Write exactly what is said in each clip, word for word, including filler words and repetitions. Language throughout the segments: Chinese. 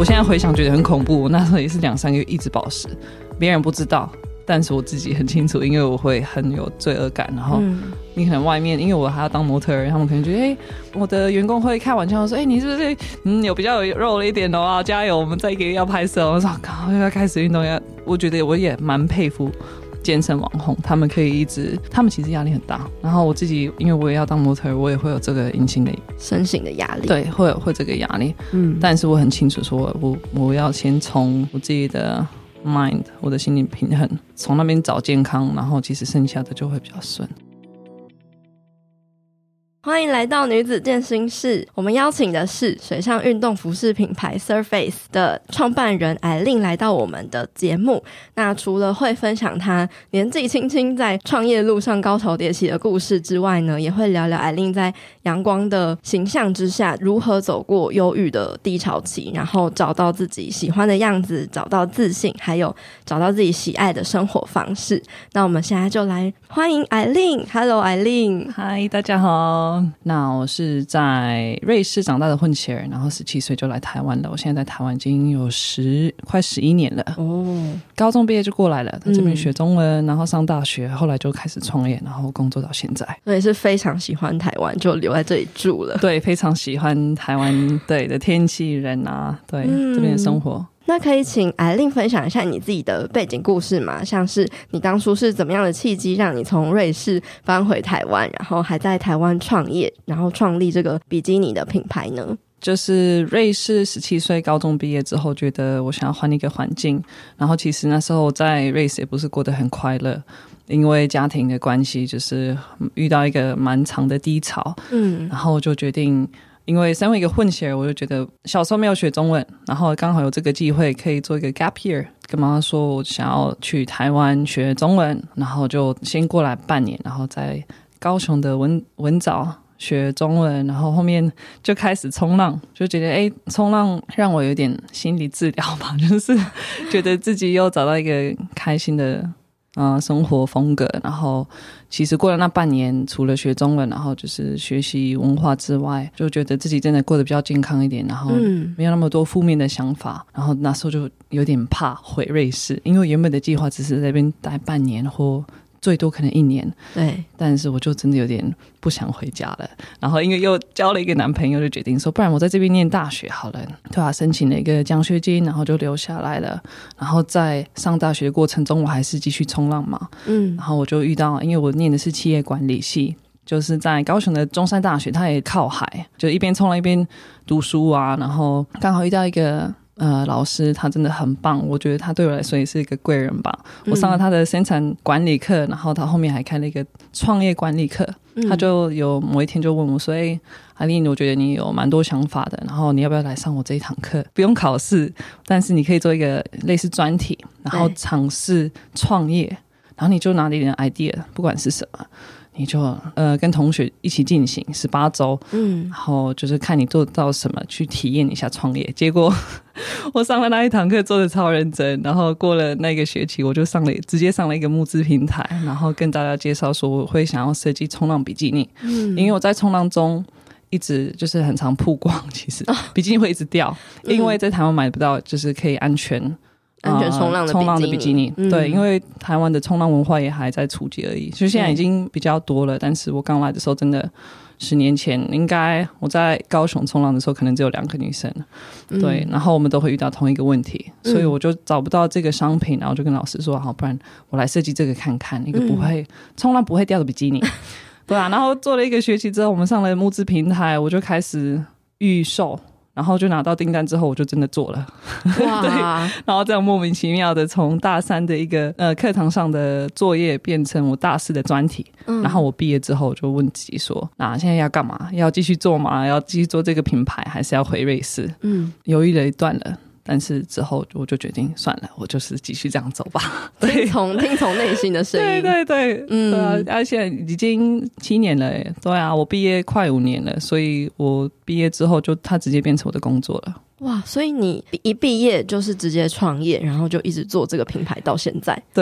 我现在回想觉得很恐怖，我那时候也是两三个月一直暴食，别人不知道，但是我自己很清楚，因为我会很有罪恶感。然后你可能外面，因为我还要当模特儿，他们可能觉得，哎、欸，我的员工会开玩笑说，哎、欸，你是不是嗯有比较有肉了一点的啊？加油，我们再一个月要拍摄。我说，靠，要开始运动要，我觉得我也蛮佩服健身网红，他们可以一直，他们其实压力很大。然后我自己，因为我也要当模特儿，我也会有这个隐形的身形的压力， 对，会有会这个压力。嗯，但是我很清楚说，我我要先从我自己的 mind， 我的心理平衡，从那边找健康，然后其实剩下的就会比较顺。 欢迎来到女子健心室，我们邀请的是水上运动服饰品牌 Surface 的创办人Aileen来到我们的节目。那除了会分享她年纪轻轻在创业路上高潮迭起的故事之外呢，也会聊聊Aileen在阳光的形象之下如何走过忧郁的低潮期，然后找到自己喜欢的样子，找到自信，还有找到自己喜爱的生活方式。那我们现在就来欢迎Aileen。 Hello Aileen。 嗨，大家好。那我是在瑞士长大的混血儿，然后十七岁就来台湾了。我现在在台湾已经有十快十一年了。哦，高中毕业就过来了，在这边学中文、嗯、然后上大学，后来就开始创业，然后工作到现在。 所以是非常喜欢台湾，就留在这里住了。 对，非常喜欢台湾对的天气人啊，对、嗯、这边的生活。 那可以请Aileen分享一下你自己的背景故事吗？像是你当初是怎么样的契机让你从瑞士搬回台湾，然后还在台湾创业，然后创立这个比基尼的品牌呢？ 就是瑞士十七岁高中毕业之后，觉得我想要换一个环境，然后其实那时候在瑞士也不是过得很快乐，因为家庭的关系，就是遇到一个蛮长的低潮。嗯，然后就决定，因为身为一个混血儿，我就觉得小时候没有学中文，然后刚好有这个机会可以做一个 gap year， 跟妈妈说我想要去台湾学中文，然后就先过来半年，然后在高雄的文文藻学中文，然后后面就开始冲浪，就觉得哎，冲浪让我有点心理治疗吧，就是觉得自己又找到一个开心的呃，生活风格。然后其实过了那半年，除了学中文，然后就是学习文化之外，就觉得自己真的过得比较健康一点，然后没有那么多负面的想法、嗯、然后那时候就有点怕回瑞士，因为原本的计划只是在那边待半年或最多可能一年，对，但是我就真的有点不想回家了。然后因为又交了一个男朋友，就决定说不然我在这边念大学好了，对啊，申请了一个奖学金，然后就留下来了。然后在上大学的过程中，我还是继续冲浪嘛，嗯，然后我就遇到，因为我念的是企业管理系，就是在高雄的中山大学，它也靠海，就一边冲浪一边读书啊。然后刚好遇到一个呃，老师他真的很棒，我觉得他对我来说也是一个贵人吧。我上了他的生产管理课，然后他后面还开了一个创业管理课、嗯、他就有某一天就问我说，哎，Aileen，我觉得你有蛮多想法的，然后你要不要来上我这一堂课，不用考试，但是你可以做一个类似专题，然后尝试创业，然后你就拿了一点 idea， 不管是什么，你就呃跟同学一起进行十八周，嗯，然后就是看你做到什么，去体验一下创业。结果我上了那一堂课做得超认真，然后过了那个学期，我就上了直接上了一个募资平台，然后跟大家介绍说我会想要设计冲浪比基尼，嗯，因为我在冲浪中一直就是很常曝光，其实比基尼会一直掉，因为在台湾买不到就是可以安全安全冲浪的比基尼、呃、冲浪的比基尼、 嗯、对，因为台湾的冲浪文化也还在初级而已，所以现在已经比较多了、嗯、但是我刚来的时候真的十年前应该我在高雄冲浪的时候可能只有两个女生，对、嗯、然后我们都会遇到同一个问题，所以我就找不到这个商品，然后就跟老师说好，不然我来设计这个看看，一个不会、嗯、冲浪不会掉的比基尼对啊，然后做了一个学期之后，我们上了募资平台，我就开始预售，然后就拿到订单之后我就真的做了哇对，然后这样莫名其妙的从大三的一个呃课堂上的作业变成我大四的专题、嗯、然后我毕业之后就问自己说，那现在要干嘛，要继续做吗，要继续做这个品牌，还是要回瑞士，嗯，犹豫了一段了，但是之后我就决定算了，我就是继续这样走吧。 听从听从内心的声音。 对对对，嗯，对啊，而且已经七年了耶。对啊，我毕业快五年了，所以我毕业之后就它直接变成我的工作了。 哇，所以你一毕业就是直接创业，然后就一直做这个品牌到现在。 对，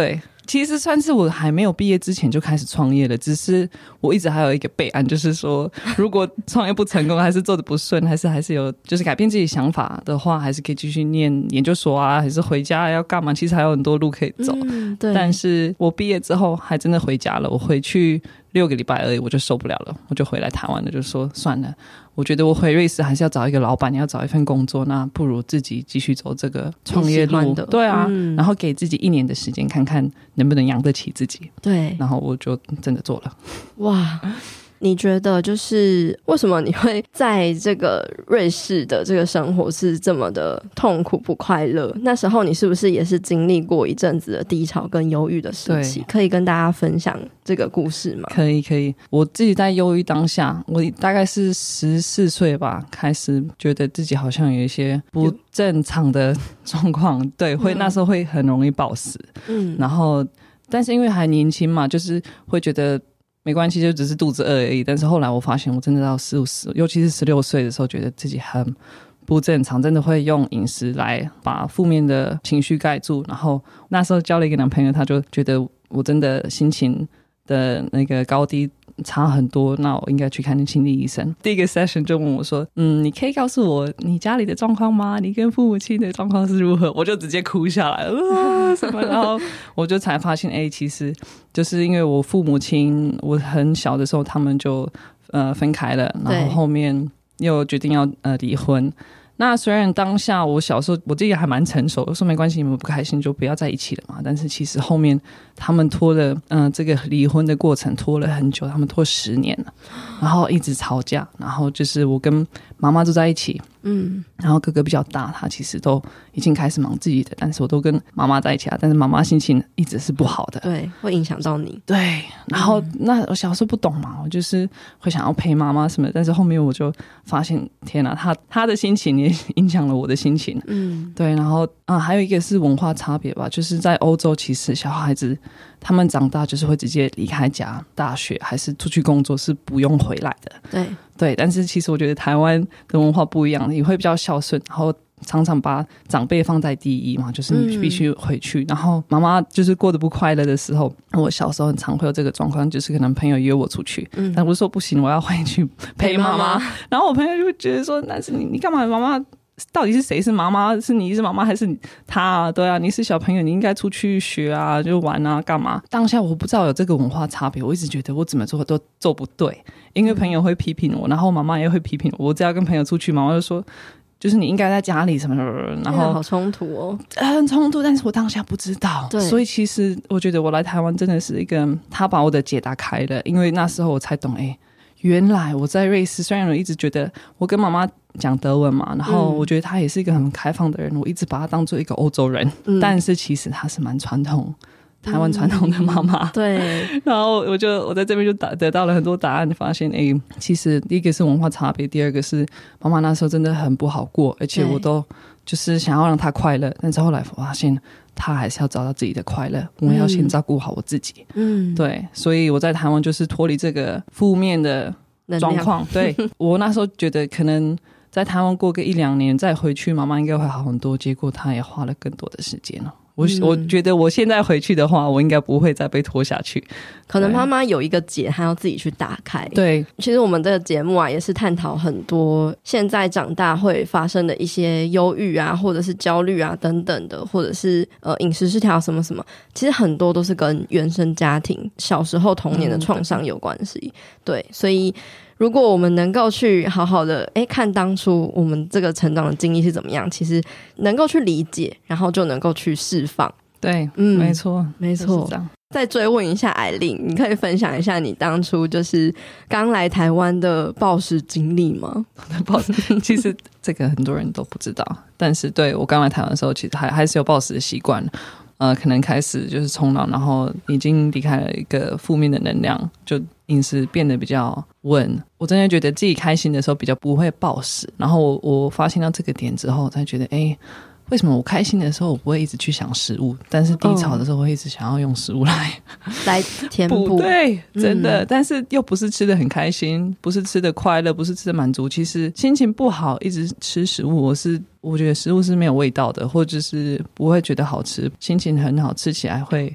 其实算是我还没有毕业之前就开始创业了，只是我一直还有一个备案，就是说如果创业不成功还是做得不顺，还是还是有就是改变自己想法的话，还是可以继续念研究所啊，还是回家要干嘛，其实还有很多路可以走、 嗯、对。 但是我毕业之后还真的回家了，我回去六个礼拜而已，我就受不了了，我就回来台湾了，就说算了，我觉得我回瑞士还是要找一个老板，你要找一份工作，那不如自己继续走这个创业路，对啊、嗯、然后给自己一年的时间看看能不能养得起自己， 对， 然后我就真的做了。 哇，你觉得就是为什么你会在这个瑞士的这个生活是这么的痛苦不快乐？那时候你是不是也是经历过一阵子的低潮跟忧郁的时期？可以跟大家分享这个故事吗？ 可以可以，我自己在忧郁当下，我大概是十四岁吧，开始觉得自己好像有一些不正常的状况，对，会、嗯、那时候会很容易暴食，嗯，然后但是因为还年轻嘛，就是会觉得没关系，就只是肚子饿而已。但是后来我发现，我真的到十五十，尤其是十六岁的时候，觉得自己很不正常，真的会用饮食来把负面的情绪盖住。然后那时候交了一个男朋友，他就觉得我真的心情的那个高低差很多，那我应该去看心理医生。第一个 session 就问我说，嗯，你可以告诉我你家里的状况吗？你跟父母亲的状况是如何？我就直接哭下来了，什么？然后我就才发现，哎、欸，其实就是因为我父母亲，我很小的时候他们就呃分开了，然后后面又决定要呃离婚。那虽然当下我小时候我自己还蛮成熟，我说没关系，你们不开心就不要在一起了嘛。但是其实后面他们拖了，嗯、呃，这个离婚的过程拖了很久，他们拖十年了，然后一直吵架，然后就是我跟妈妈住在一起，嗯，然后哥哥比较大，他其实都已经开始忙自己的，但是我都跟妈妈在一起啊，但是妈妈心情一直是不好的， 对，会影响到你， 对。然后、嗯、那我小时候不懂嘛，我就是会想要陪妈妈什么的，但是后面我就发现，天哪，他他的心情也影响了我的心情，嗯，对。然后啊，还有一个是文化差别吧，就是在欧洲，其实小孩子他们长大就是会直接离开家，大学还是出去工作是不用回来的， 对对。但是其实我觉得台湾的文化不一样，也会比较孝顺，然后常常把长辈放在第一嘛，就是你必须回去、嗯、然后妈妈就是过得不快乐的时候，我小时候很常会有这个状况，就是可能朋友约我出去、嗯、但我说不行，我要回去陪妈妈，然后我朋友就会觉得说，但是你你干嘛，妈妈到底是谁是妈妈？是你是妈妈还是他啊？对啊，你是小朋友，你应该出去学啊，就玩啊，干嘛？当下我不知道有这个文化差别，我一直觉得我怎么做都做不对，因为朋友会批评我，然后妈妈也会批评我。我只要跟朋友出去，妈妈就说，就是你应该在家里什么什么，然后好冲突哦， 很冲突。但是我当下不知道， 对， 所以其实我觉得我来台湾真的是一个，他把我的解打开了，因为那时候我才懂，哎、欸。原来我在瑞士，虽然我一直觉得我跟妈妈讲德文嘛，然后我觉得她也是一个很开放的人，我一直把她当做一个欧洲人、嗯、但是其实她是蛮传统台湾传统的妈妈、嗯、 对。 然后我就我在这边就打得到了很多答案，发现哎，其实第一个是文化差别，第二个是妈妈那时候真的很不好过，而且我都就是想要让她快乐，但是后来发现他还是要找到自己的快乐，我要先照顾好我自己，嗯，对。所以我在台湾就是脱离这个负面的状况，对。我那时候觉得可能在台湾过个一两年再回去，妈妈应该会好很多，结果她也花了更多的时间了。我、嗯、我觉得我现在回去的话，我应该不会再被拖下去。 可能妈妈有一个结，她要自己去打开。 对， 其实我们这个节目啊，也是探讨很多现在长大会发生的一些忧郁啊，或者是焦虑啊等等的，或者是呃饮食失调什么什么，其实很多都是跟原生家庭小时候童年的创伤有关系、嗯、对。所以如果我们能够去好好的诶看当初我们这个成长的经历是怎么样，其实能够去理解，然后就能够去释放。 对，嗯，没错没错。再追问一下艾琳，你可以分享一下你当初就是刚来台湾的暴食经历吗？ 暴食其实这个很多人都不知道，但是对我刚来台湾的时候其实还还是有暴食的习惯，呃，可能开始就是冲浪，然后已经离开了一个负面的能量，就饮食变得比较稳。我真的觉得自己开心的时候比较不会暴食，然后我我发现到这个点之后，才觉得哎。欸为什么我开心的时候我不会一直去想食物，但是低潮的时候我会一直想要用食物来、 嗯、来填补？ 对，真的、嗯、但是又不是吃得很开心，不是吃得快乐，不是吃得满足，其实心情不好一直吃食物，我是我觉得食物是没有味道的，或者是不会觉得好吃，心情很好吃起来会不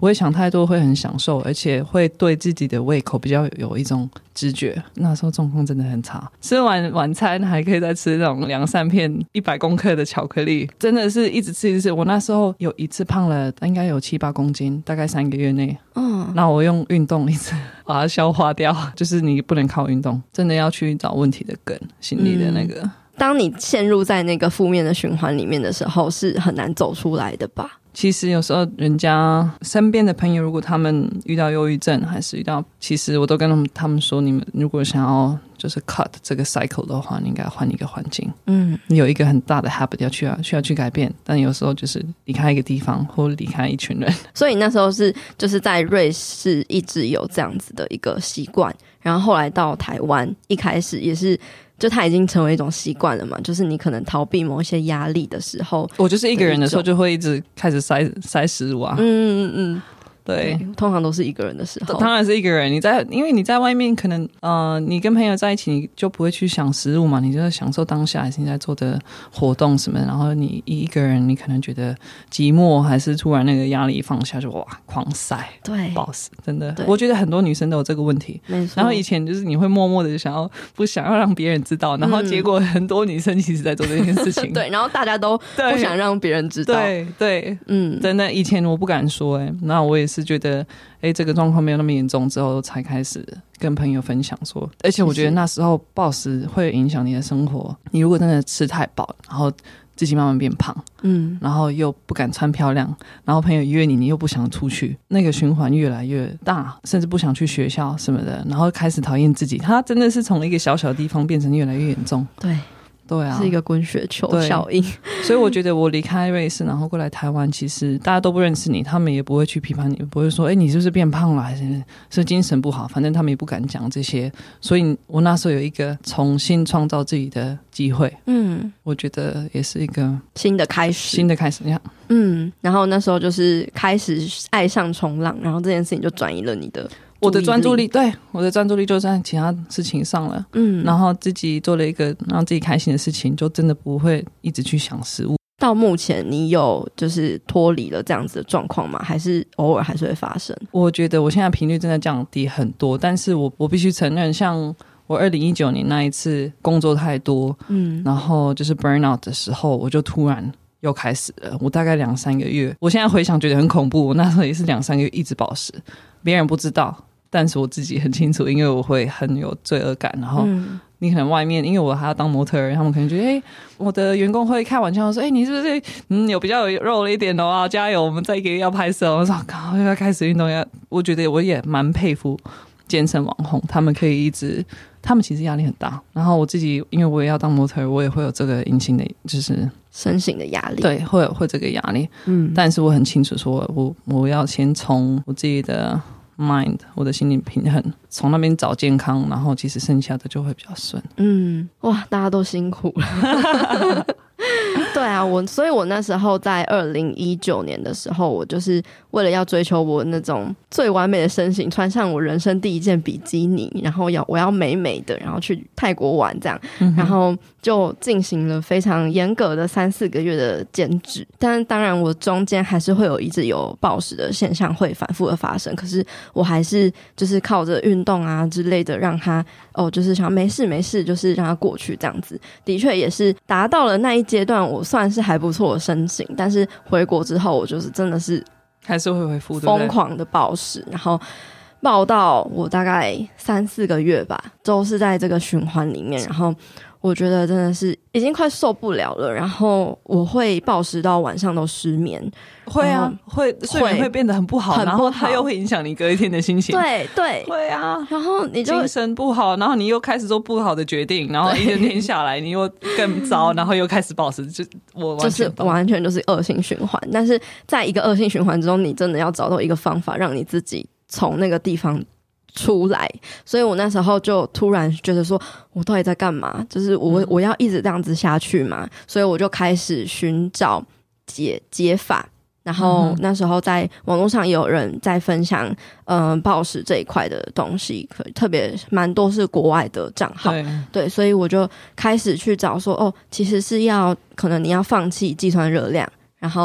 不会想太多，会很享受，而且会对自己的胃口比较有一种知觉。那时候状况真的很差，吃完晚餐还可以再吃那种两三片一百公克的巧克力，真的是一直吃一直吃。我那时候有一次胖了应该有七八公斤，大概三个月内。嗯，那我用运动一直把它消化掉，就是你不能靠运动，真的要去找问题的根，心理的那个、嗯、 当你陷入在那个负面的循环里面的时候是很难走出来的吧。 其实有时候人家身边的朋友如果他们遇到忧郁症还是遇到，其实我都跟他们他们说，你们如果想要就是 cut 这个 cycle 的话，你应该换一个环境。嗯，你有一个很大的 habit 要去需要去改变，但有时候就是离开一个地方或离开一群人。 所以你那时候是就是在瑞士一直有这样子的一个习惯，然后后来到台湾一开始也是就它已经成为一种习惯了嘛，就是你可能逃避某一些压力的时候， 我就是一个人的时候就会一直开始塞塞食物啊。嗯嗯嗯，对， 通常都是一个人的时候。 当然是一个人，你在因为你在外面可能呃，你跟朋友在一起，你就不会去想食物嘛，你就在享受当下还是你在做的活动什么的。然后你一个人，你可能觉得寂寞，还是突然那个压力放下就哇狂塞， 对， 爆死，真的。我觉得很多女生都有这个问题， 没错。 然后以前就是你会默默的想要不想要让别人知道，然后结果很多女生其实在做这件事情， 对，然后大家都不想让别人知道， 对对，嗯，真的。以前我不敢说、欸，哎，那我也是觉得。哎，这个状况没有那么严重之后才开始跟朋友分享说，而且我觉得那时候暴食会影响你的生活，你如果真的吃太饱，然后自己慢慢变胖，嗯，然后又不敢穿漂亮，然后朋友约你，你又不想出去，那个循环越来越大，甚至不想去学校什么的，然后开始讨厌自己，它真的是从一个小小的地方变成越来越严重。 对。 对啊， 是一个滚雪球效应。 所以我觉得我离开瑞士然后过来台湾，其实大家都不认识你，他们也不会去批判你，不会说哎，你是不是变胖了还是是精神不好，反正他们也不敢讲这些。所以我那时候有一个重新创造自己的机会，嗯，我觉得也是一个新的开始， 新的开始。你看， 嗯，然后那时候就是开始爱上冲浪，然后这件事情就转移了你的我的专注力，对，我的专注力就在其他事情上了，嗯，然后自己做了一个让自己开心的事情，就真的不会一直去想食物。 到目前你有就是脱离了这样子的状况吗？还是偶尔还是会发生？ 我觉得我现在频率真的降低很多，但是我我必须承认，像我二零一九年那一次工作太多，嗯，然后就是 burn out 的时候，我就突然又开始了。我大概两三个月，我现在回想觉得很恐怖，我那时候也是两三个月一直暴食，别人不知道。但是我自己很清楚，因为我会很有罪恶感，然后你可能外面，因为我还要当模特儿，他们可能觉得，哎、欸，我的员工会开玩笑说，哎、欸，你是不是嗯有比较有肉了一点的啊？加油，我们再一个月要拍摄。我说，靠，要开始运动要，我觉得我也蛮佩服健身网红，他们可以一直，他们其实压力很大。然后我自己，因为我也要当模特儿，我也会有这个隐形的，就是身心的压力， 对，会有会这个压力。嗯，但是我很清楚说，我我要先从我自己的mind 我的心理平衡从那边找健康，然后其实剩下的就会比较顺。 嗯，哇，大家都辛苦了。对啊，我所以我那时候在二零一九年的时候，我就是为了要追求我那种最完美的身形，穿上我人生第一件比基尼，然后要我要美美的，然后去泰国玩这样、嗯、然后就进行了非常严格的三四个月的减脂。但当然我中间还是会有一直有暴食的现象会反复的发生，可是我还是就是靠着运动啊之类的让它哦，就是想没事没事，就是让它过去这样子。的确也是达到了那一阶段我算是还不错的身形，但是回国之后我就是真的是还是会恢复疯狂的暴食，然后暴到我大概三四个月吧都是在这个循环里面，然后我觉得真的是已经快受不了了，然后我会暴食到晚上都失眠。 会啊，会睡眠会变得很不好， 很不好， 然后它又会影响你隔一天的心情。 对对， 会啊， 然后你就精神不好，然后你又开始做不好的决定，然后一整天下来你又更糟，然后又开始暴食，就我完全就是完全就是恶性循环。但是在一个恶性循环之中，你真的要找到一个方法让你自己从那个地方出来。所以我那时候就突然觉得说我到底在干嘛，就是我、嗯、我要一直这样子下去嘛，所以我就开始寻找解解法。然后那时候在网络上也有人在分享嗯暴食这一块的东西，特别蛮多是国外的账号， 对, 对，所以我就开始去找说哦，其实是要可能你要放弃计算热量，然后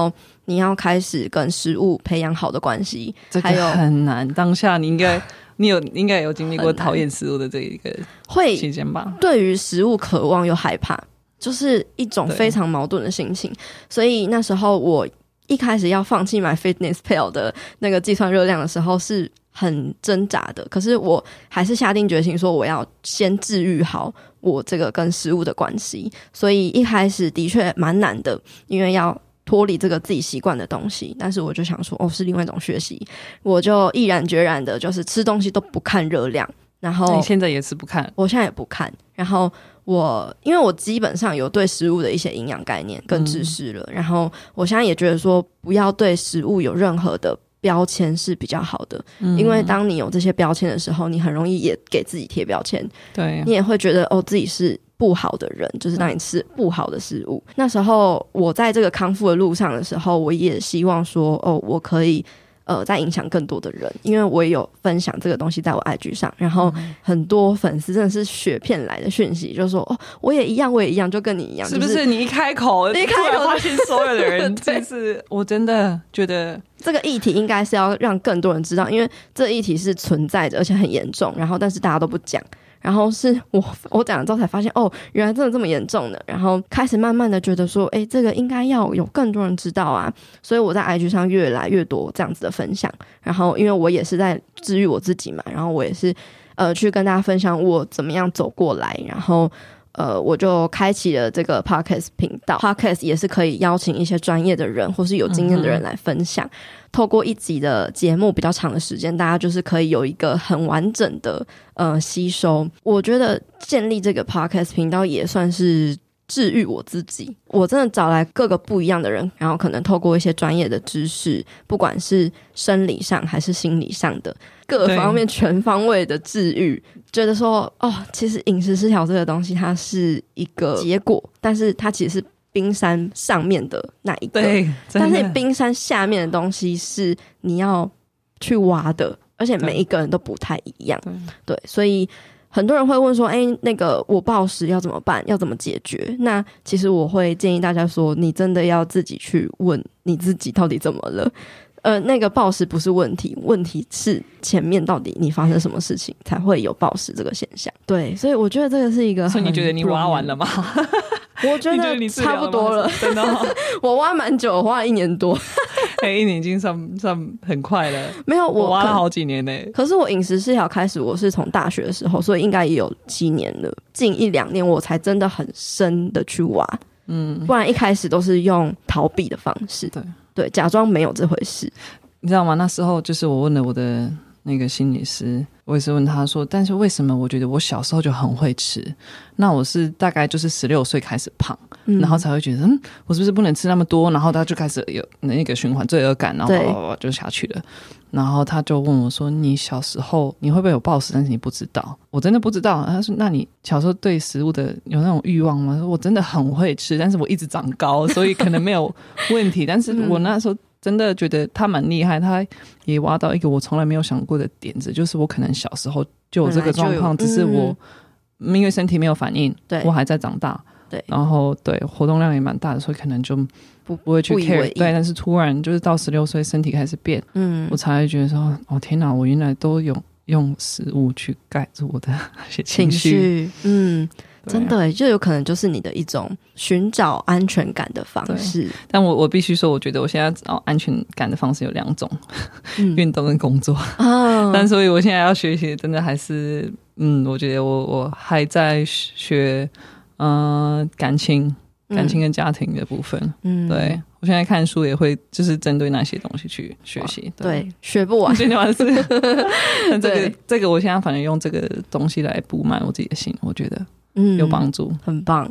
你要开始跟食物培养好的关系， 这个很难。当下你应该你有应该有经历过讨厌食物的这一个期间吧？ 对于食物渴望又害怕，就是一种非常矛盾的心情。所以那时候我一开始要放弃买 FitnessPal 的那个计算热量的时候是很挣扎的，可是我还是下定决心说我要先治愈好我这个跟食物的关系。所以一开始的确蛮难的，因为要脱离这个自己习惯的东西，但是我就想说哦，是另外一种学习，我就毅然决然的就是吃东西都不看热量。然后你现在也是不看？我现在也不看。然后我因为我基本上有对食物的一些营养概念跟知识了、嗯、然后我现在也觉得说不要对食物有任何的标签是比较好的、嗯、因为当你有这些标签的时候，你很容易也给自己贴标签， 对， 你也会觉得哦自己是不好的人，就是让你吃不好的食物、嗯、那时候我在这个康复的路上的时候，我也希望说哦我可以呃，在影响更多的人，因为我也有分享这个东西在我 I G 上，然后很多粉丝真的是雪片来的讯息，就说哦，我也一样，我也一样，就跟你一样， 是不是？就是、你一开口， 你一开口， 发现所有的人，就是我真的觉得这个议题应该是要让更多人知道，因为这个议题是存在的，而且很严重，然后但是大家都不讲。然后是我我讲了之后才发现哦，原来真的这么严重的，然后开始慢慢的觉得说诶这个应该要有更多人知道啊，所以我在 I G 上越来越多这样子的分享。然后因为我也是在治愈我自己嘛，然后我也是呃去跟大家分享我怎么样走过来，然后呃我就开启了这个 Podcast 频道， Podcast 也是可以邀请一些专业的人或是有经验的人来分享、嗯、透过一集的节目比较长的时间，大家就是可以有一个很完整的呃吸收。我觉得建立这个 Podcast 频道也算是治愈我自己，我真的找来各个不一样的人，然后可能透过一些专业的知识，不管是生理上还是心理上的各方面全方位的治愈，觉得说哦，其实饮食失调这个东西它是一个结果，但是它其实是冰山上面的那一个， 对， 但是冰山下面的东西是你要去挖的，而且每一个人都不太一样， 对, 对，所以很多人会问说，哎，那个我暴食要怎么办？要怎么解决？那其实我会建议大家说，你真的要自己去问你自己到底怎么了。呃，那个暴食不是问题，问题是前面到底你发生什么事情才会有暴食这个现象。对，所以我觉得这个是一个很， 所以你觉得你挖完了吗？ 我觉得差不多了， 真的、哦， 我挖蛮久，我花了一年多。 哎、欸，一年已经算算很快了。 没有，我, 我挖了好几年呢、欸。 可是我饮食失调开始，我是从大学的时候，所以应该也有七年了。近一两年我才真的很深的去挖，嗯，不然一开始都是用逃避的方式，对对，假装没有这回事。 你知道吗？那时候就是我问了我的那个心理师，我也是问他说，但是为什么我觉得我小时候就很会吃，那我是大概就是十六岁开始胖、嗯、然后才会觉得嗯，我是不是不能吃那么多，然后他就开始有那个循环罪恶感，然后叭叭叭就下去了。然后他就问我说，你小时候你会不会有暴食，但是你不知道？我真的不知道。他说那你小时候对食物的有那种欲望吗？我真的很会吃，但是我一直长高，所以可能没有问题。但是我那时候真的觉得他蛮厉害，他也挖到一个我从来没有想过的点子，就是我可能小时候就有这个状况，只是我、嗯、因为身体没有反应，对，我还在长大，对，然后对活动量也蛮大的，所以可能就不不会去 care， 对，但是突然就是到十六岁身体开始变，嗯，我才会觉得说哦天哪，我原来都有用食物去盖住我的那些情绪， 嗯，真的耶，就有可能就是你的一种寻找安全感的方式。 但我我必须说，我觉得我现在找安全感的方式有两种，运、嗯、动跟工作、哦、但所以我现在要学习真的还是嗯，我觉得我我还在学呃感情感情跟家庭的部分，嗯，对，我现在看书也会就是针对那些东西去学习， 对, 对，学不完， 学不完是但这个这个我现在反正用这个东西来补满我自己的心，我觉得嗯有帮助， 很棒。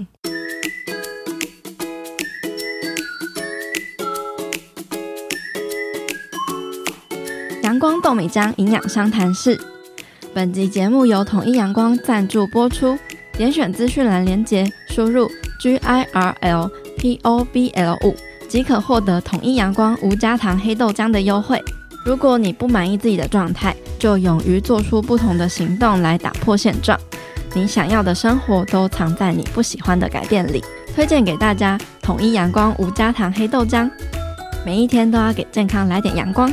阳光豆米浆营养商谈室，本集节目由统一阳光赞助播出，点选资讯栏连结，输入 G I R L P O B L 五 即可获得统一阳光无加糖黑豆浆的优惠。如果你不满意自己的状态，就勇于做出不同的行动来打破现状。你想要的生活都藏在你不喜欢的改变里。推荐给大家统一阳光无加糖黑豆浆。 每一天都要给健康来点阳光。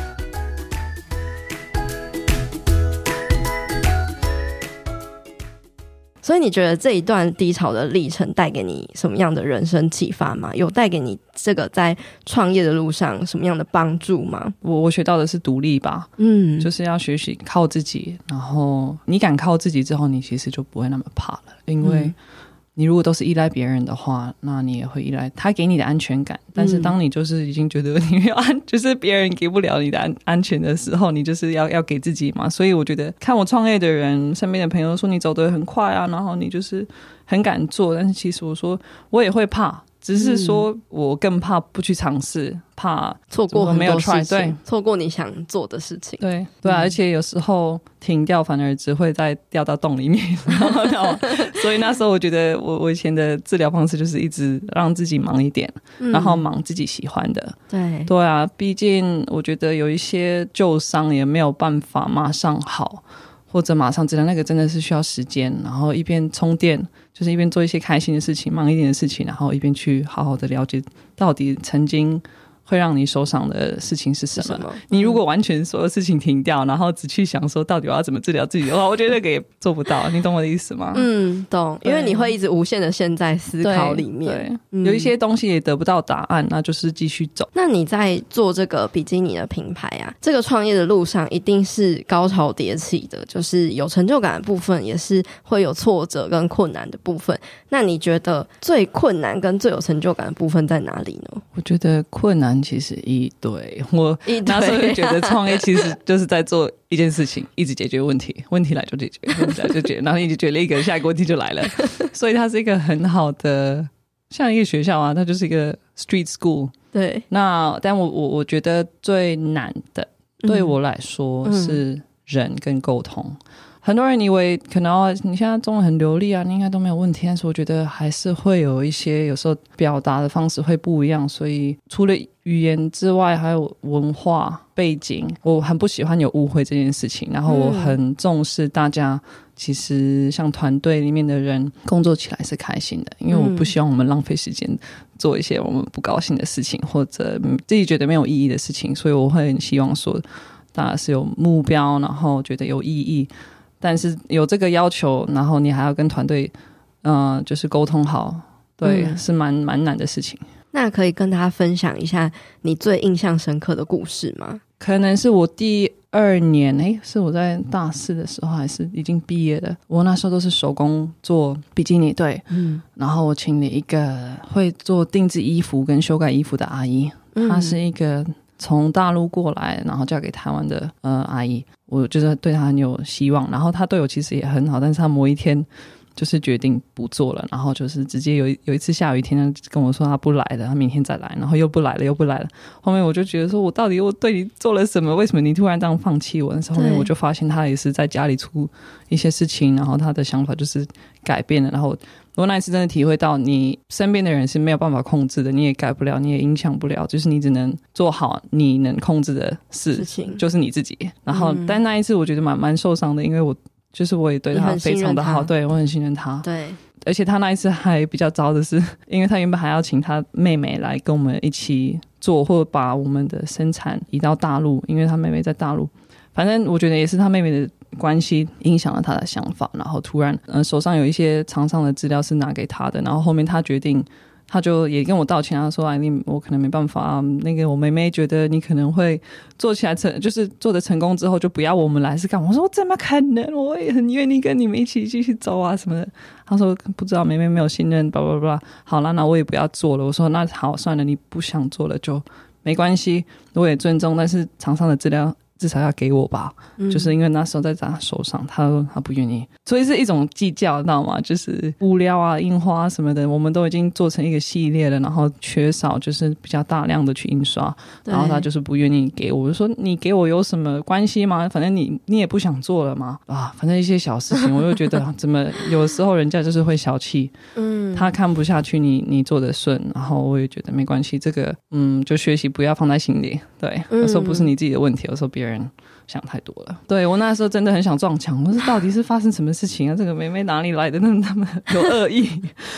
所以你觉得这一段低潮的历程带给你什么样的人生启发吗？有带给你这个在创业的路上什么样的帮助吗？ 我我学到的是独立吧，嗯，就是要学习靠自己，然后你敢靠自己之后，你其实就不会那么怕了，因为你如果都是依赖别人的话，那你也会依赖他给你的安全感，但是当你就是已经觉得你没有安，就是别人给不了你的 安, 安全的时候，你就是要要给自己嘛。所以我觉得看我创业的人，身边的朋友说你走得很快啊，然后你就是很敢做，但是其实我说我也会怕，只是说我更怕不去尝试，怕错过很多事情， 对， 错过你想做的事情。 对对啊、嗯，而且有时候停掉反而只会再掉到洞里面所以那时候我觉得我我以前的治疗方式就是一直让自己忙一点、嗯、然后忙自己喜欢的。 对对啊，毕竟我觉得有一些旧伤也没有办法马上好，或者马上治疗，那个真的是需要时间，然后一边充电，就是一边做一些开心的事情，忙一点的事情，然后一边去好好的了解到底曾经会让你受伤的事情是什 么, 是什么、嗯、你如果完全所有事情停掉，然后只去想说到底我要怎么治疗自己的话，我觉得那个也做不到你懂我的意思吗？ 嗯，懂，因为你会一直无限的陷在思考里面。 对, 对、嗯、有一些东西也得不到答案，那就是继续走。 那你在做这个比基尼的品牌啊，这个创业的路上一定是高潮迭起的，就是有成就感的部分，也是会有挫折跟困难的部分。那你觉得最困难跟最有成就感的部分在哪里呢？ 我觉得困难其实一堆，我那时候就觉得创业其实就是在做一件事情，一直解决问题，问题来就解决，问题来就解决，然后你解决了一个，下一个问题就来了所以它是一个很好的像一个学校啊，它就是一个 street school。 对，那但我我我觉得最难的对我来说是人跟沟通、嗯很多人以为可能、哦、你现在中文很流利啊，你应该都没有问题，但是我觉得还是会有一些有时候表达的方式会不一样，所以除了语言之外还有文化背景，我很不喜欢有误会这件事情，然后我很重视大家其实像团队里面的人工作起来是开心的，因为我不希望我们浪费时间做一些我们不高兴的事情或者自己觉得没有意义的事情，所以我会很希望说大家是有目标，然后觉得有意义，但是有这个要求，然后你还要跟团队嗯、呃，就是沟通好，对、嗯、是蛮蛮难的事情。 那可以跟大家分享一下你最印象深刻的故事吗？ 可能是我第二年，诶，是我在大四的时候还是已经毕业了，我那时候都是手工做比基尼，对、嗯、然后我请了一个会做定制衣服跟修改衣服的阿姨，她是一个从大陆过来然后嫁给台湾的呃阿姨，我就是对她很有希望，然后她对我其实也很好，但是她某一天就是决定不做了，然后就是直接有一有一次下雨天跟我说他不来了，他明天再来，然后又不来了又不来了，后面我就觉得说我到底我对你做了什么，为什么你突然这样放弃我，但是后面我就发现他也是在家里出一些事情，然后他的想法就是改变了，然后我那一次真的体会到你身边的人是没有办法控制的，你也改不了，你也影响不了，就是你只能做好你能控制的 事, 事情就是你自己，然后、嗯、但那一次我觉得蛮蛮受伤的，因为我就是我也对他非常的好，对，我很信任他，对，而且他那一次还比较糟的是，因为他原本还要请他妹妹来跟我们一起做，或者把我们的生产移到大陆，因为他妹妹在大陆，反正我觉得也是他妹妹的关系影响了他的想法，然后突然、呃、手上有一些厂商的资料是拿给他的，然后后面他决定他就也跟我道歉，他说哎，你我可能没办法、啊、那个我妹妹觉得你可能会做起来成就是做的成功之后就不要我们来是干嘛，我说怎么可能，我也很愿意跟你们一起继续走啊什么的，他说不知道妹妹没有信任巴拉巴拉，好啦，那我也不要做了，我说那好算了，你不想做了就没关系，我也尊重，但是厂商的资料至少要给我吧、嗯、就是因为那时候在他手上，他说他不愿意，所以是一种计较，知道吗？就是物料啊印花什么的我们都已经做成一个系列了，然后缺少就是比较大量的去印刷，然后他就是不愿意给我，我就说你给我有什么关系吗？反正你你也不想做了嘛，啊，反正一些小事情我就觉得怎么有时候人家就是会小气，嗯，他看不下去你你做得顺，然后我也觉得没关系，这个嗯就学习不要放在心里，对，有时候不是你自己的问题，有时候别人想太多了，对，我那时候真的很想撞墙，我说到底是发生什么事情啊，这个妹妹哪里来的那么有恶意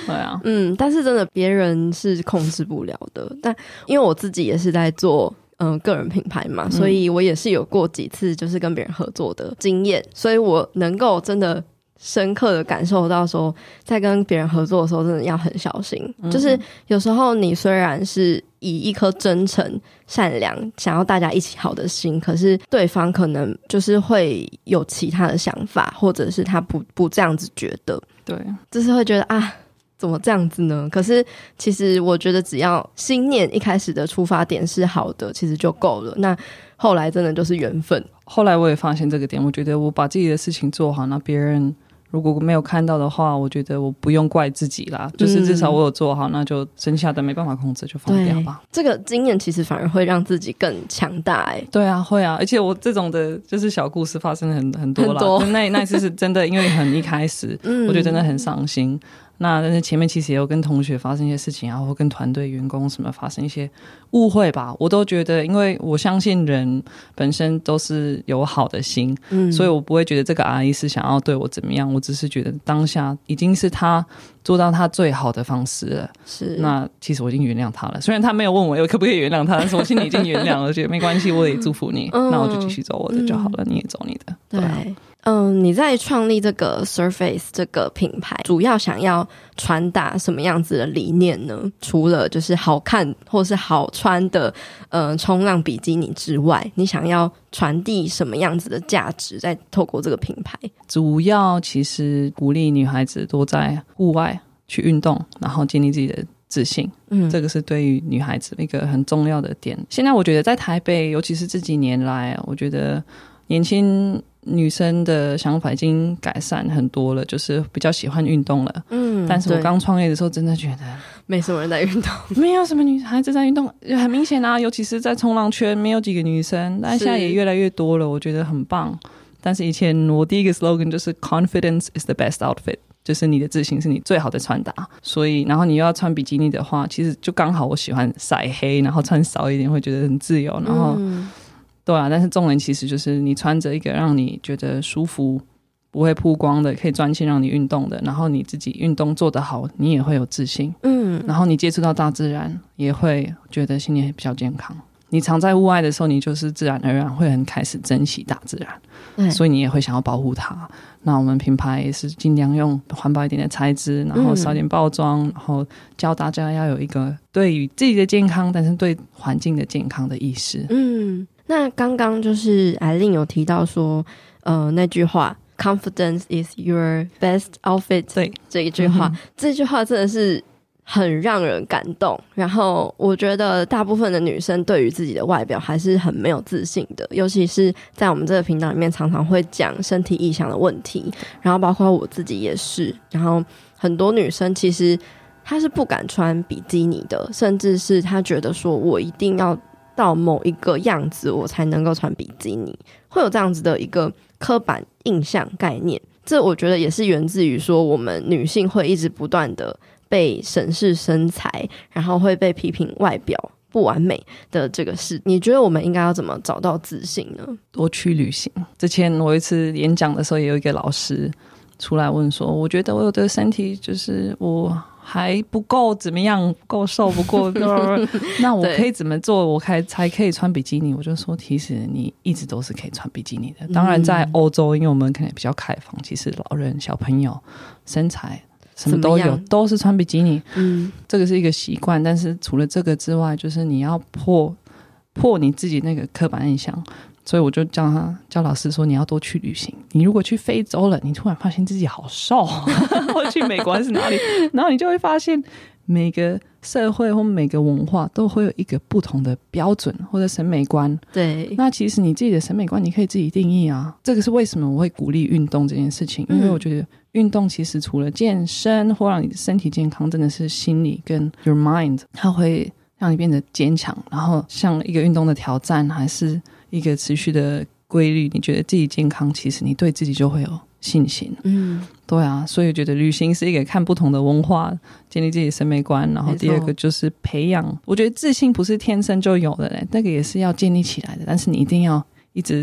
对啊， 嗯，但是真的别人是控制不了的。但因为我自己也是在做嗯、呃、个人品牌嘛，所以我也是有过几次就是跟别人合作的经验，所以我能够真的深刻的感受到说在跟别人合作的时候真的要很小心、嗯、就是有时候你虽然是以一颗真诚善良想要大家一起好的心，可是对方可能就是会有其他的想法，或者是他不不这样子觉得， 对， 就是会觉得啊怎么这样子呢？可是其实我觉得只要心念一开始的出发点是好的，其实就够了，那后来真的就是缘分。 后来我也发现这个点，我觉得我把自己的事情做好，那别人如果没有看到的话，我觉得我不用怪自己啦，就是至少我有做好、嗯、那就剩下的没办法控制就放掉吧。 这个经验其实反而会让自己更强大哎、欸。 对啊，会啊，而且我这种的就是小故事发生很很多啦， 很多那那一次是真的，因为很一开始、嗯、我觉得真的很伤心。那但是前面其实也有跟同学发生一些事情啊，或跟团队员工什么发生一些误会吧，我都觉得因为我相信人本身都是有好的心、嗯、所以我不会觉得这个阿姨是想要对我怎么样，我只是觉得当下已经是她做到她最好的方式了，是那其实我已经原谅她了，虽然她没有问我可不可以原谅她，但是我心里已经原谅了，我觉得没关系，我也祝福你、嗯、那我就继续走我的就好了、嗯、你也走你的。 对，嗯，你在创立这个 Surface 这个品牌主要想要传达什么样子的理念呢？除了就是好看或是好穿的呃冲浪比基尼之外，你想要传递什么样子的价值在透过这个品牌？ 主要其实鼓励女孩子多在户外去运动，然后建立自己的自信，嗯，这个是对于女孩子一个很重要的点。现在我觉得在台北，尤其是这几年来，我觉得年轻女生的想法已经改善很多了，就是比较喜欢运动了。嗯，但是我刚创业的时候真的觉得没什么人在运动， 没有什么女孩子在运动，很明显啊，尤其是在冲浪圈没有几个女生，但现在也越来越多了，我觉得很棒。但是以前我第一个 slogan 就是 Confidence is the best outfit， 就是你的自信是你最好的穿搭，所以然后你又要穿比基尼的话，其实就刚好我喜欢晒黑，然后穿少一点会觉得很自由，然后、嗯对啊，但是重点其实就是你穿着一个让你觉得舒服不会曝光的可以专心让你运动的，然后你自己运动做得好你也会有自信，嗯，然后你接触到大自然也会觉得心里比较健康，你常在户外的时候你就是自然而然会很开始珍惜大自然，所以你也会想要保护它。那我们品牌也是尽量用环保一点的材质，然后少点包装、嗯、然后教大家要有一个对于自己的健康但是对环境的健康的意识。 嗯，那刚刚就是艾琳有提到说呃，那句话 Confidence is your best outfit， 对，这一句话、嗯、这句话真的是很让人感动，然后我觉得大部分的女生对于自己的外表还是很没有自信的，尤其是在我们这个频道里面常常会讲身体意象的问题，然后包括我自己也是，然后很多女生其实她是不敢穿比基尼的，甚至是她觉得说我一定要到某一个样子我才能够穿比基尼，会有这样子的一个刻板印象概念，这我觉得也是源自于说我们女性会一直不断的被审视身材，然后会被批评外表不完美的这个事。你觉得我们应该要怎么找到自信呢？ 多去旅行。之前我有一次演讲的时候也有一个老师出来问说，我觉得我的身体就是我还不够怎么样，不够瘦，不够那我可以怎么做我才才可以穿比基尼？我就说其实你一直都是可以穿比基尼的，当然在欧洲因为我们可能比较开放，其实老人小朋友身材什么都有，都是穿比基尼，嗯，这个是一个习惯。但是除了这个之外，就是你要破破你自己那个刻板印象，所以我就叫他叫老师说，你要多去旅行。你如果去非洲了，你突然发现自己好瘦，或去美国还是哪里，然后你就会发现每个社会或每个文化都会有一个不同的标准或者审美观。对，那其实你自己的审美观你可以自己定义啊。这个是为什么我会鼓励运动这件事情，因为我觉得运动其实除了健身或让你的身体健康，真的是心理跟 your mind 它会让你变得坚强，然后像一个运动的挑战还是一个持续的规律，你觉得自己健康，其实你对自己就会有信心。嗯，对啊，所以我觉得旅行是一个看不同的文化，建立自己的审美观，然后第二个就是培养，我觉得自信不是天生就有的，那个也是要建立起来的，但是你一定要一直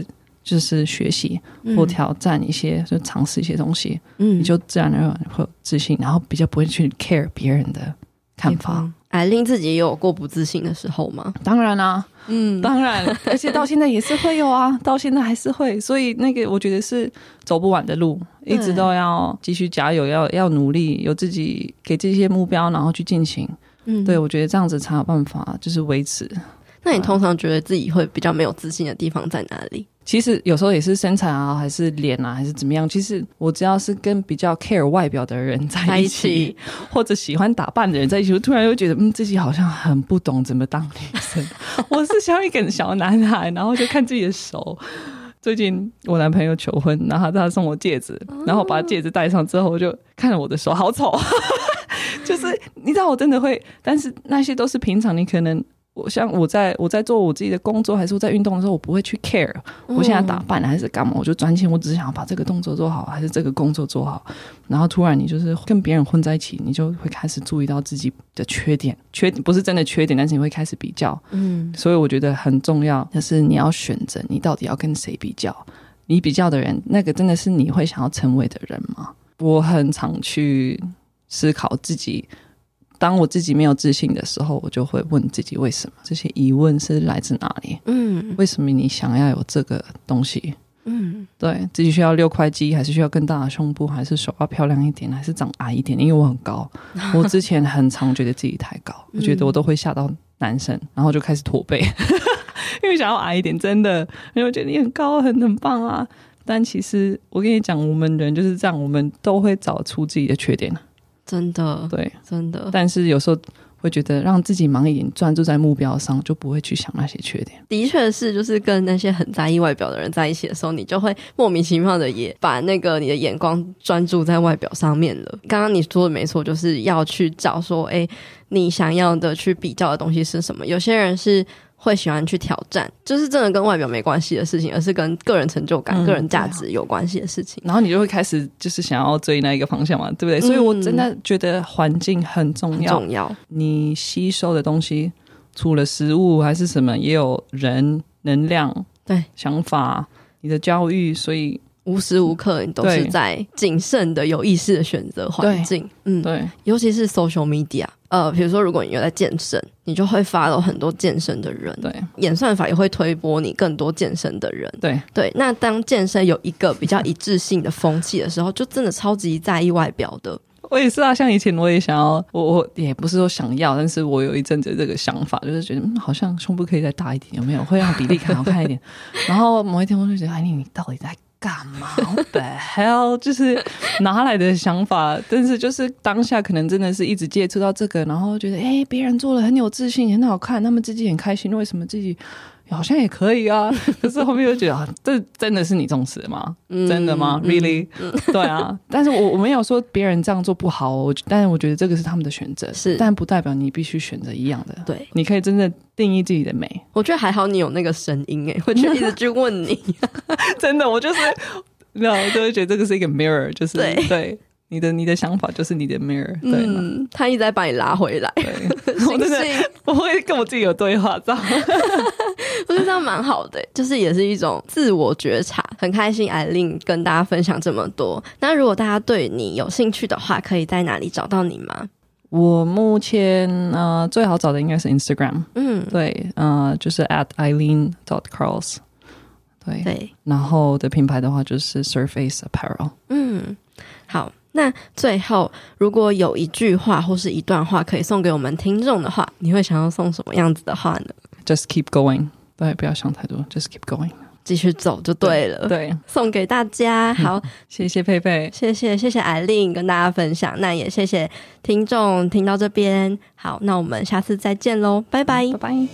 就是学习或挑战一些、嗯、就尝试一些东西、嗯、你就自然而然会有自信，然后比较不会去 care 别人的看法。 艾琳自己也有过不自信的时候吗？ 当然啊，嗯，当然，而且到现在也是会有啊，到现在还是会，所以那个我觉得是走不完的路，一直都要继续加油，要要努力，有自己给这些目标，然后去进行。嗯，对，我觉得这样子才有办法就是维持。 那你通常觉得自己会比较没有自信的地方在哪里？ 其实有时候也是身材啊，还是脸啊，还是怎么样，其实我只要是跟比较 care 外表的人在一起, 一起或者喜欢打扮的人在一起，我突然又觉得嗯，自己好像很不懂怎么当女生我是像一个小男孩，然后就看自己的手。最近我男朋友求婚，然后他送我戒指，然后我把戒指戴上之后，我就看了我的手好丑就是你知道我真的会，但是那些都是平常你可能我像我在我在做我自己的工作，还是我在运动的时候，我不会去 care 我现在打扮还是干嘛，我就专心，我只是想要把这个动作做好，还是这个工作做好。然后突然你就是跟别人混在一起，你就会开始注意到自己的缺点，缺点不是真的缺点，但是你会开始比较。嗯，所以我觉得很重要，就是你要选择你到底要跟谁比较，你比较的人，那个真的是你会想要成为的人吗？我很常去思考自己。当我自己没有自信的时候，我就会问自己为什么，这些疑问是来自哪里？嗯，为什么你想要有这个东西？嗯，对，自己需要六块肌，还是需要更大的胸部，还是手要漂亮一点，还是长矮一点？因为我很高，我之前很常觉得自己太高，我觉得我都会吓到男生，然后就开始驼背因为想要矮一点，真的，因为我觉得你很高，很很棒啊。但其实我跟你讲，我们人就是这样，我们都会找出自己的缺点。 真的， 对， 真的。 但是有时候会觉得让自己忙一点，专注在目标上，就不会去想那些缺点。 的确是，就是跟那些很在意外表的人在一起的时候，你就会莫名其妙的也把那个你的眼光专注在外表上面了。刚刚你说的没错，就是要去找说，哎，你想要的去比较的东西是什么。有些人是会喜欢去挑战，就是真的跟外表没关系的事情，而是跟个人成就感、嗯、个人价值有关系的事情。 然后你就会开始就是想要追那一个方向嘛，对不对？嗯、所以我真的觉得环境很重要， 很重要。 你吸收的东西，除了食物还是什么，也有人、能量、 对想法、你的教育，所以。 无时无刻你都是在谨慎的有意识的选择环境。嗯，对，尤其是 social media， 呃，比如说如果你有在健身，你就会 follow 很多健身的人，对，演算法也会推播你更多健身的人，对对。那当健身有一个比较一致性的风气的时候，就真的超级在意外表的。 我也是啊，像以前我也想要，我我也不是说想要，但是我有一阵子这个想法，就是觉得、嗯、好像胸部可以再大一点，有没有会让比例看好看一点然后某一天我就觉得，哎，你到底在干嘛 What the hell 就是哪来的想法但是就是当下可能真的是一直接触到这个，然后觉得哎，别人做了很有自信很好看，他们自己很开心，为什么自己好像也可以啊可是后面又觉得、啊、这真的是你重视的吗、嗯、真的吗、嗯、really、嗯、对啊但是我我没有说别人这样做不好，我但是我觉得这个是他们的选择，是，但不代表你必须选择一样的，对，你可以真正定义自己的美。 我觉得还好你有那个声音耶，我就一直去问你真的我就是没有，我就会觉得这个是一个 mirror， 就是 对, 对你的你的想法就是你的 mirror， 对， 嗯，他一直在把你拉回来， 对我真的我会跟我自己有对话这样我觉得这样蛮好的，就是也是一种自我觉察。很开心艾琳跟大家分享这么多，那如果大家对你有兴趣的话，可以在哪里找到你吗？ 我目前呃最好找的应该是 Instagram， 嗯，对，呃就是 at eileen dot carls， 对对，然后的品牌的话就是 Surface Apparel。 嗯，好，那最后如果有一句话或是一段话可以送给我们听众的话，你会想要送什么样子的话呢？ Just keep going， 对，不要想太多， Just keep going， 继续走就对了， 对，对，送给大家。好、嗯、谢谢佩佩，谢谢谢谢艾琳跟大家分享，那也谢谢听众听到这边。好，那我们下次再见咯，拜拜拜拜。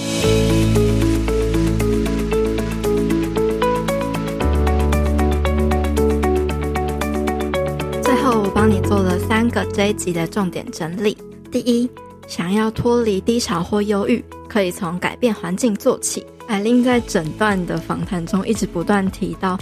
最后我帮你做了三个这一集的重点整理。第一，想要脱离低潮或忧郁，可以从改变环境做起。艾琳在整段的访谈中一直不断提到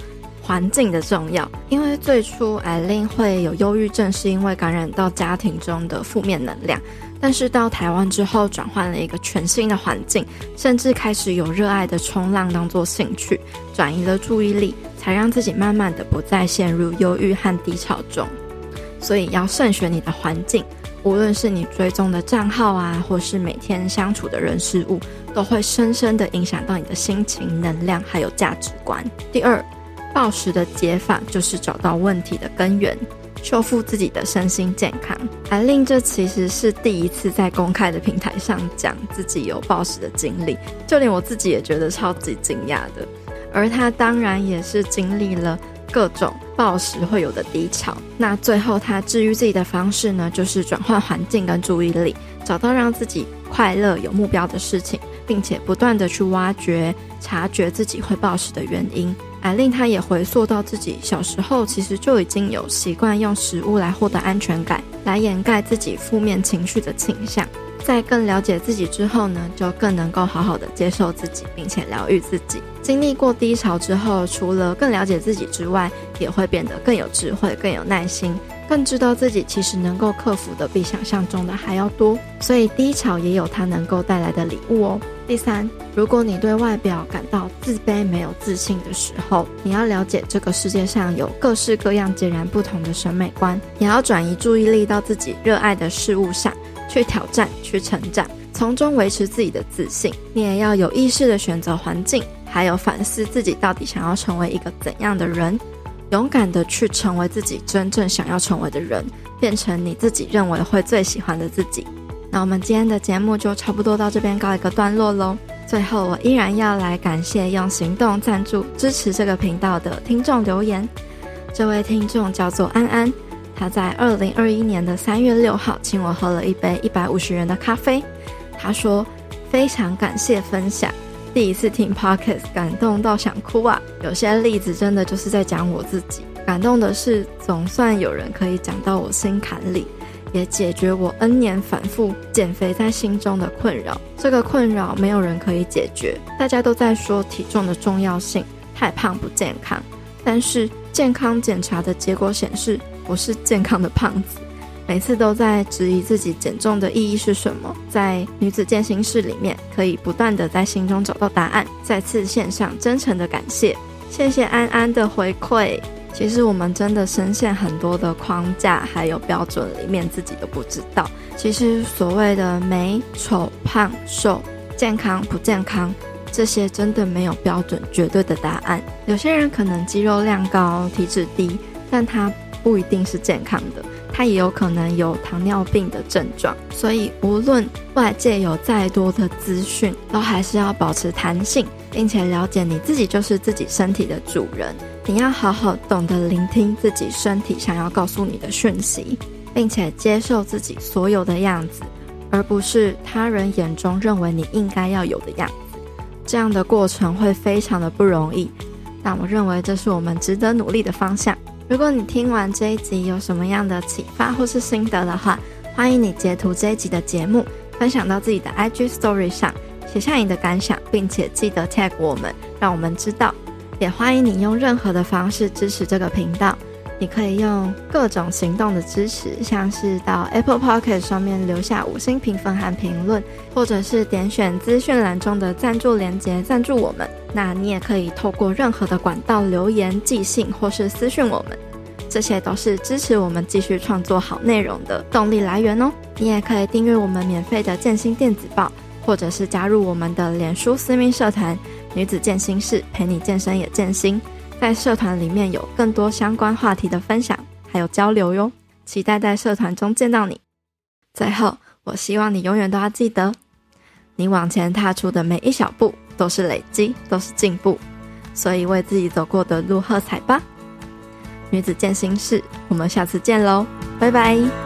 环境的重要。因为最初艾琳会有忧郁症是因为感染到家庭中的负面能量，但是到台湾之后转换了一个全新的环境，甚至开始有热爱的冲浪当作兴趣，转移了注意力，才让自己慢慢的不再陷入忧郁和低潮中。所以要慎选你的环境，无论是你追踪的账号啊，或是每天相处的人事物，都会深深的影响到你的心情、能量还有价值观。第二，暴食的解法就是找到问题的根源，修复自己的身心健康。艾琳这其实是第一次在公开的平台上讲自己有暴食的经历，就连我自己也觉得超级惊讶的。而她当然也是经历了各种暴食会有的低潮，那最后她治愈自己的方式呢，就是转换环境跟注意力，找到让自己快乐有目标的事情，并且不断的去挖掘察觉自己会暴食的原因。艾琳她也回溯到自己小时候其实就已经有习惯用食物来获得安全感，来掩盖自己负面情绪的倾向。在更了解自己之后呢，就更能够好好的接受自己，并且疗愈自己。经历过低潮之后，除了更了解自己之外，也会变得更有智慧，更有耐心，更知道自己其实能够克服的比想象中的还要多。所以低潮也有它能够带来的礼物哦。第三，如果你对外表感到自卑没有自信的时候，你要了解这个世界上有各式各样截然不同的审美观，也要转移注意力到自己热爱的事物上，去挑战，去成长，从中维持自己的自信。你也要有意识的选择环境，还有反思自己到底想要成为一个怎样的人，勇敢的去成为自己真正想要成为的人，变成你自己认为会最喜欢的自己。那我们今天的节目就差不多到这边告一个段落咯。最后我依然要来感谢用行动赞助支持这个频道的听众留言。这位听众叫做安安，他在二零二一年的三月六号请我喝了一杯一百五十元的咖啡。他说非常感谢分享，第一次听 Podcast 感动到想哭啊，有些例子真的就是在讲我自己。感动的是总算有人可以讲到我心坎里，也解决我 N 年反复减肥在心中的困扰。这个困扰没有人可以解决，大家都在说体重的重要性，太胖不健康，但是健康检查的结果显示我是健康的胖子。每次都在质疑自己减重的意义是什么，在女子健心室里面可以不断的在心中找到答案。再次献上真诚的感谢，谢谢安安的回馈。其实我们真的深陷很多的框架还有标准里面，自己都不知道。其实所谓的美、丑、胖、瘦、健康、不健康，这些真的没有标准绝对的答案。有些人可能肌肉量高、体脂低，但他不一定是健康的，他也有可能有糖尿病的症状。所以无论外界有再多的资讯，都还是要保持弹性，并且了解你自己就是自己身体的主人。你要好好懂得聆听自己身体想要告诉你的讯息，并且接受自己所有的样子，而不是他人眼中认为你应该要有的样子。这样的过程会非常的不容易，但我认为这是我们值得努力的方向。如果你听完这一集有什么样的启发或是心得的话，欢迎你截图这一集的节目分享到自己的 I G Story 上，写下你的感想，并且记得 tag 我们，让我们知道。也欢迎你用任何的方式支持这个频道，你可以用各种行动的支持，像是到 Apple Podcast 上面留下五星评分和评论，或者是点选资讯栏中的赞助连结赞助我们。那你也可以透过任何的管道留言、寄信或是私讯我们，这些都是支持我们继续创作好内容的动力来源哦。你也可以订阅我们免费的健心电子报，或者是加入我们的脸书私密社团女子健心室，陪你健身也健心。在社团里面有更多相关话题的分享还有交流哟，期待在社团中见到你。最后，我希望你永远都要记得，你往前踏出的每一小步都是累积，都是进步，所以为自己走过的路喝彩吧。女子健心室，我们下次见咯，拜拜。